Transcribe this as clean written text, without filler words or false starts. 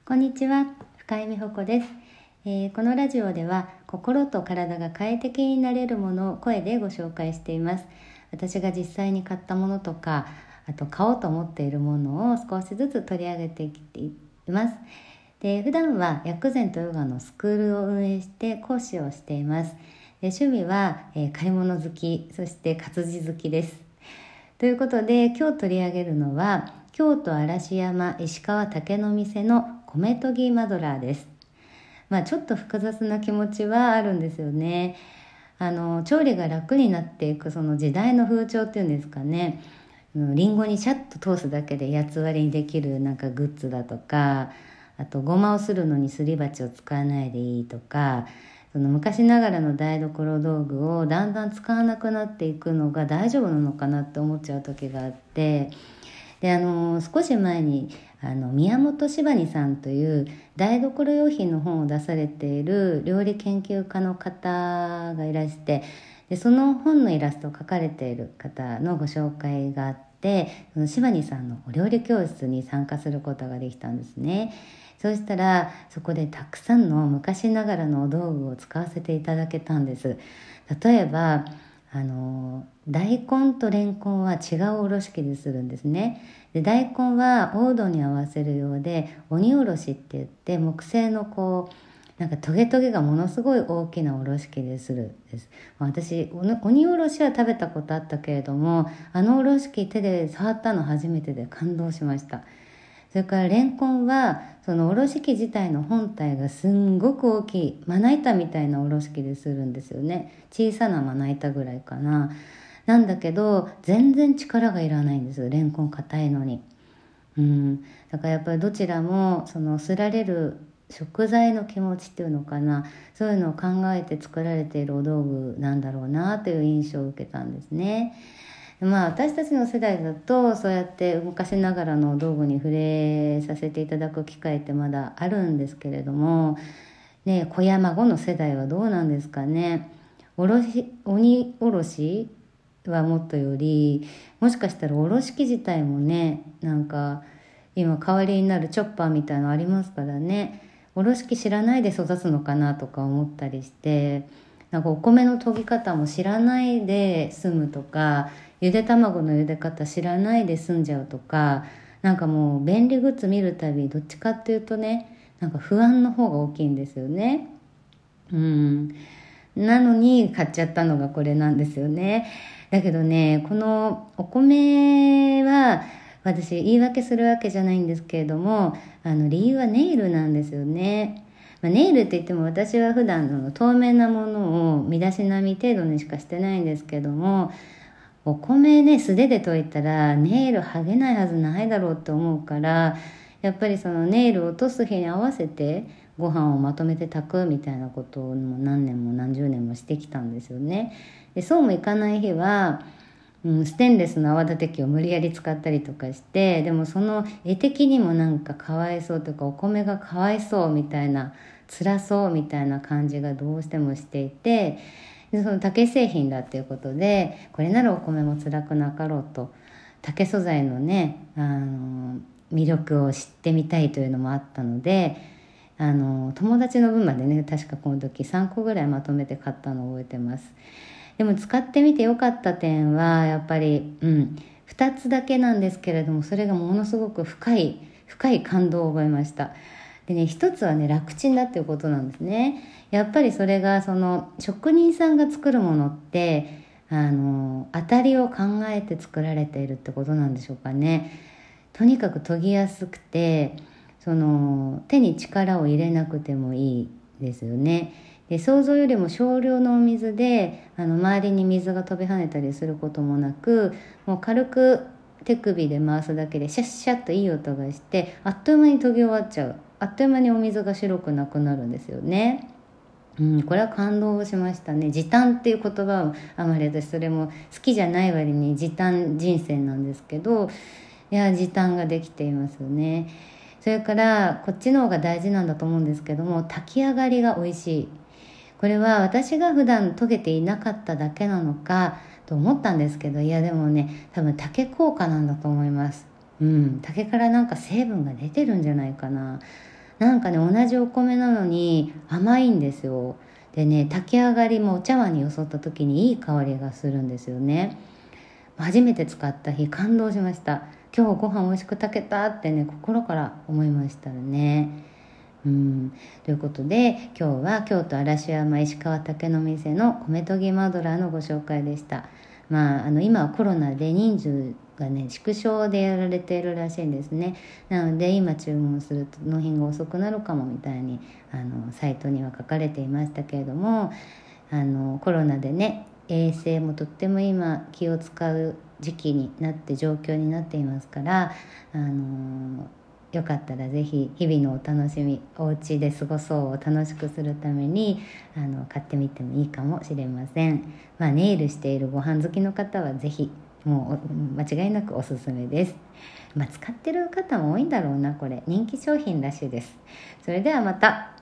こんにちは、深井美穂子です。このラジオでは心と体が快適になれるものを声でご紹介しています。私が実際に買ったものとか、あと買おうと思っているものを少しずつ取り上げてきています。で、普段は薬膳とヨガのスクールを運営して講師をしています。で、趣味は、買い物好き、そして活字好きです。ということで、今日取り上げるのは京都嵐山石川竹の店の米研ぎマドラーです。ちょっと複雑な気持ちはあるんですよね。調理が楽になっていくその時代の風潮っていうんですかね。リンゴにシャッと通すだけで8つ割りにできるなんかグッズだとか、あとごまをするのにすり鉢を使わないでいいとか、その昔ながらの台所道具をだんだん使わなくなっていくのが大丈夫なのかなって思っちゃう時があって、で少し前に宮本柴二さんという台所用品の本を出されている料理研究家の方がいらして、でその本のイラストを描かれている方のご紹介があって、その柴二さんのお料理教室に参加することができたんですね。そうしたらそこでたくさんの昔ながらのお道具を使わせていただけたんです。例えば大根とレンコンは違うおろし器でするんですね。で、大根は黄土に合わせるようで鬼おろしって言って木製のなんかトゲトゲがものすごい大きなおろし器でするです。私鬼おろしは食べたことあったけれども、おろし器手で触ったの初めてで感動しました。それからレンコンはそのおろし器自体の本体がすんごく大きいまな板みたいなおろし器でするんですよね。小さなまな板ぐらいかな。なんだけど全然力がいらないんです。レンコン硬いのに。だからやっぱりどちらもそのすられる食材の気持ちっていうのかな、そういうのを考えて作られているお道具なんだろうなという印象を受けたんですね。私たちの世代だとそうやって昔ながらの道具に触れさせていただく機会ってまだあるんですけれどもね、子や孫の世代はどうなんですかね。鬼おろしはもっとより、もしかしたらおろし器自体もね、なんか今代わりになるチョッパーみたいなのありますからね、おろし器知らないで育つのかなとか思ったりして、なんかお米の研ぎ方も知らないで済むとか、ゆで卵の茹で方知らないで済んじゃうとか、なんかもう便利グッズ見るたびどっちかっていうとね、なんか不安の方が大きいんですよね。なのに買っちゃったのがこれなんですよね。だけどね、このお米は私言い訳するわけじゃないんですけれども、理由はネイルなんですよね。ネイルって言っても私は普段の透明なものを身だしなみ程度にしかしてないんですけども、お米ね素手で研いたらネイル剥げないはずないだろうって思うから、やっぱりそのネイルを落とす日に合わせてご飯をまとめて炊くみたいなことを何年も何十年もしてきたんですよね。でそうもいかない日は、ステンレスの泡立て器を無理やり使ったりとかして、でもその絵的にもなんかかわいそうとかお米がかわいそうみたいな、辛そうみたいな感じがどうしてもしていて、でその竹製品だっていうことで、これならお米も辛くなかろうと竹素材のね魅力を知ってみたいというのもあったので、友達の分までね、確かこの時3個ぐらいまとめて買ったのを覚えてます。でも使ってみてよかった点はやっぱり、2つだけなんですけれども、それがものすごく深い感動を覚えました。でね、一つはね、楽ちんだっていうことなんですね。やっぱりそれがその職人さんが作るものって当たりを考えて作られているってことなんでしょうかね。とにかく研ぎやすくて、その手に力を入れなくてもいいですよね。で想像よりも少量のお水で周りに水が飛び跳ねたりすることもなく、もう軽く手首で回すだけでシャッシャッといい音がして、あっという間に研ぎ終わっちゃう。あっという間にお水が白くなくなるんですよね。これは感動しましたね。時短っていう言葉はあまり私それも好きじゃない割に時短人生なんですけど、いや時短ができていますよね。それからこっちの方が大事なんだと思うんですけども、炊き上がりが美味しい。これは私が普段研げていなかっただけなのかと思ったんですけど、いやでもね、多分竹効果なんだと思います。竹からなんか成分が出てるんじゃないかな。 なんかね、同じお米なのに甘いんですよ。でね、炊き上がりもお茶碗によそった時にいい香りがするんですよね。初めて使った日感動しました。今日ご飯美味しく炊けたってね、心から思いましたね。ということで、今日は京都嵐山石川竹の店の米研ぎマドラーのご紹介でした。今はコロナで人数がね縮小でやられているらしいんですね。なので今注文すると納品が遅くなるかもみたいにサイトには書かれていましたけれども、コロナでね衛生もとっても今気を使う時期になって状況になっていますから、よかったらぜひ日々のお楽しみ、お家で過ごそうを楽しくするために買ってみてもいいかもしれません。ネイルしているご飯好きの方はぜひもう間違いなくおすすめです。使ってる方も多いんだろうな。これ人気商品らしいです。それではまた。